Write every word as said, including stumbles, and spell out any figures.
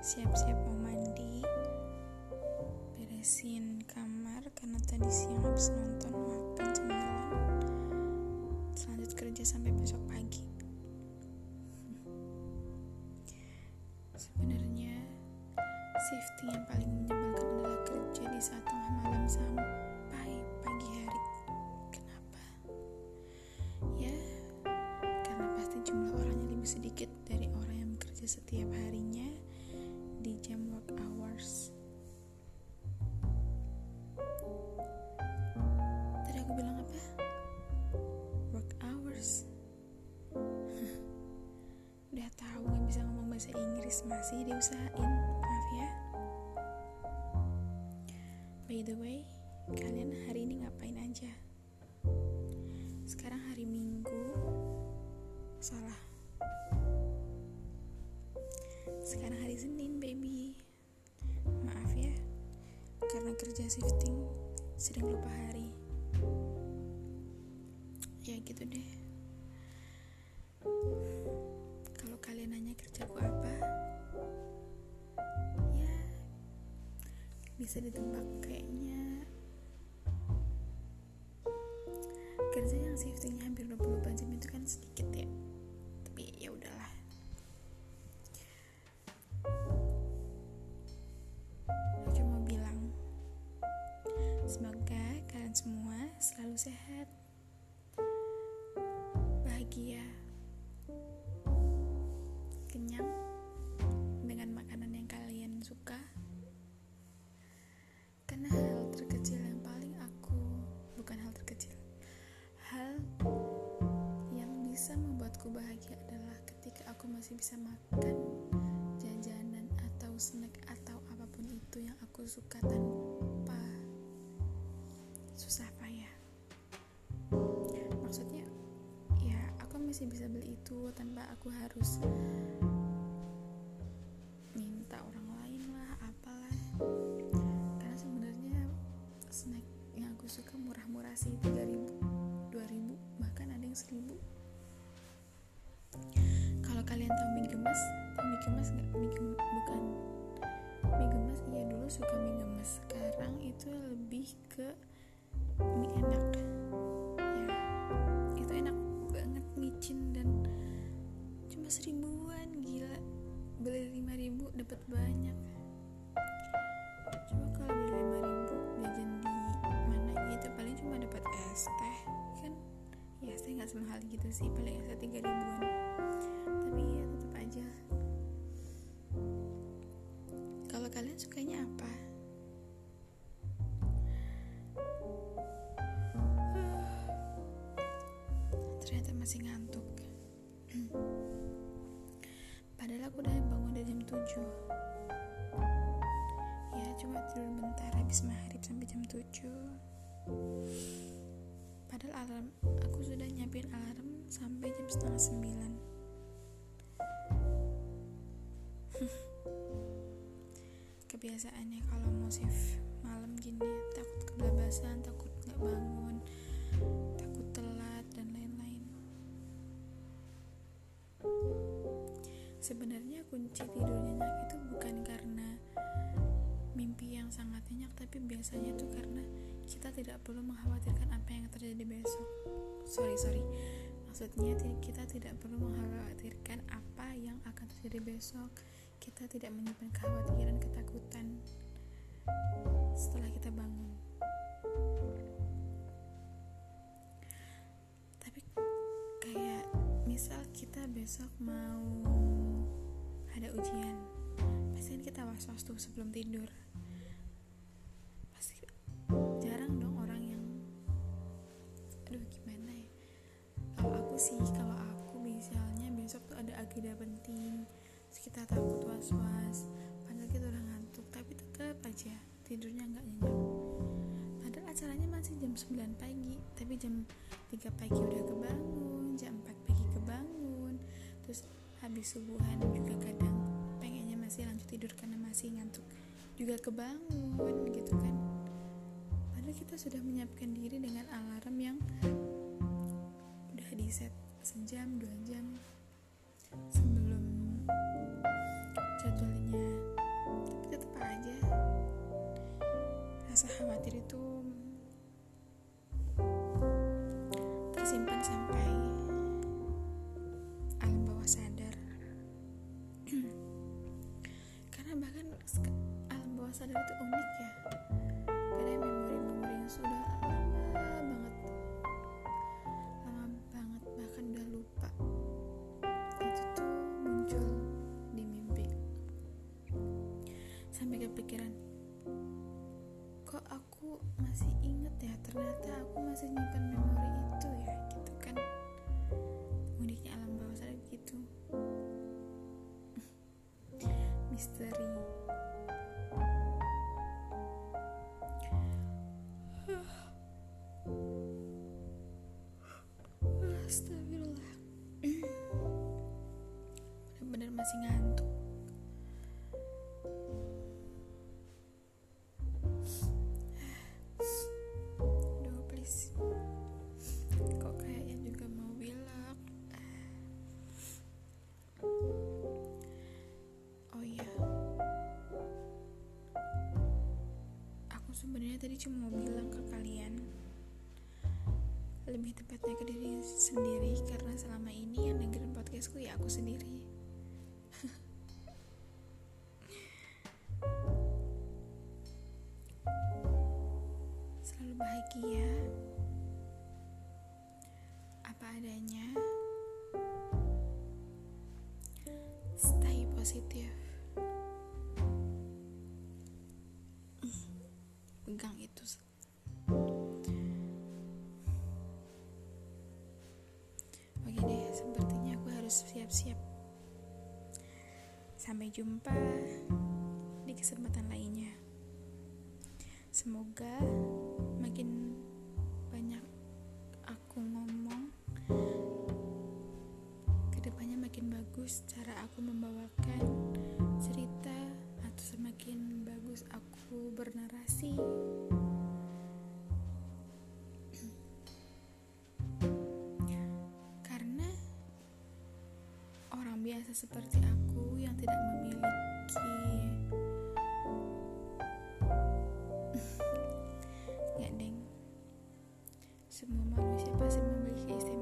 siap-siap mau mandi, beresin kamar karena tadi siang habis nonton, makan cemilan, selanjut kerja sampai besok pagi. Sebenarnya shifting yang paling menyebalkan adalah kerja di saat tengah malam sampai pagi hari. Kenapa? Ya, karena pasti jumlah orangnya lebih sedikit dari orang yang bekerja setiap harinya di jam work hours. Tadi aku bilang apa? Work hours. Udah tahu gak bisa ngomong bahasa Inggris, masih diusahain. Maaf ya. By the way, kalian hari ini ngapain aja? Sekarang hari Minggu. Salah. Sekarang hari Senin, baby. Maaf ya, karena kerja shifting sering lupa hari. Ya gitu deh. Kalau kalian nanya kerjaku apa, ya bisa ditebak kayaknya kerja yang shiftingnya hampir dua puluh empat jam itu kan sedikit ya. Tapi ya udahlah. Aku cuma bilang semoga kalian semua selalu sehat, bahagia, kenyang dengan makanan yang kalian suka. Karena hal terkecil yang paling aku, bukan hal terkecil, hal yang bisa membuatku bahagia adalah ketika aku masih bisa makan jajanan atau snack atau apapun itu yang aku suka tanpa susah payah. Maksudnya ya aku masih bisa beli itu tanpa aku harus minta orang lain lah, apalah. Karena sebenarnya snack yang aku suka murah-murah sih, tiga ribu, dua ribu, bahkan ada yang seribu. Kalau kalian tahu mie gemes, tahu mie gemes gak? Mie gemes, bukan mie gemes, iya dulu suka mie gemes. Sekarang itu lebih ke mie enak. Ya, itu enak banget, micin dan cuma seribuan, gila. Beli lima ribu dapat banyak. Coba kalau beli lima ribu jajan di mana gitu paling cuma dapat es teh kan. Ya es teh nggak semahal gitu sih, paling es teh tiga ribuan. Tapi ya tetap aja. Kalau kalian sukanya apa? Ternyata masih ngantuk. Padahal aku udah bangun dari jam tujuh. Ya cuma tidur bentar habis maghrib sampai jam tujuh. Padahal alarm, aku sudah nyiapin alarm sampai jam setengah sembilan. Kebiasaannya kalau mau shift malam gini, takut kebablasan, takut gak bangun, takut telat dan lain-lain. Sebenarnya kunci tidur nyenyak itu bukan karena mimpi yang sangat nyenyak, tapi biasanya itu karena kita tidak perlu mengkhawatirkan apa yang terjadi besok. Sorry, sorry. Maksudnya kita tidak perlu mengkhawatirkan apa yang akan terjadi besok. Kita tidak menyimpan kekhawatiran, ketakutan setelah kita bangun. Tapi kayak misal kita besok mau ada ujian, pasti kita was-was tuh sebelum tidur. Pasti jarang dong orang yang aduh gimana ya. Kalau aku sih, kalau aku misalnya besok tuh ada agenda penting, terus kita takut was-was, padahal kita udah ngantuk, tapi tetap aja tidurnya nggak nyenyak. Padahal acaranya masih jam sembilan pagi, tapi jam tiga pagi udah kebangun, jam empat pagi kebangun, terus habis subuhan juga kadang pengennya masih lanjut tidur karena masih ngantuk juga kebangun gitu kan. Padahal kita sudah menyiapkan diri dengan alarm yang udah di set sejam dua jam sebelum jadwalnya rasa khawatir itu tersimpan sampai alam bawah sadar. Karena bahkan alam bawah sadar itu unik ya, karena memori-memori yang sudah lama banget lama banget bahkan udah lupa itu tuh muncul di mimpi, sampai kepikiran, kok aku masih inget ya, ternyata aku masih nyimpan memori itu ya, gitu kan. Uniknya alam bawah sadar gitu. Misteri. Astagfirullah. Bener-bener masih ngantuk. Aduh, please. Kok kayaknya juga mau bilang. Oh iya, aku sebenarnya tadi cuma mau bilang ke kalian, lebih tepatnya ke diri sendiri, karena selama ini yang dengerin podcastku ya aku sendiri. Selalu bahagia, apa adanya, stay positif. Pegang itu. Oke deh, sepertinya aku harus siap-siap. Sampai jumpa di kesempatan lainnya. Semoga makin banyak aku ngomong, kedepannya makin bagus cara aku membawakan cerita, atau semakin bagus aku bernarasi. Karena orang biasa seperti aku yang tidak memiliki nggak deng, semua manusia pasti memiliki keistimewaan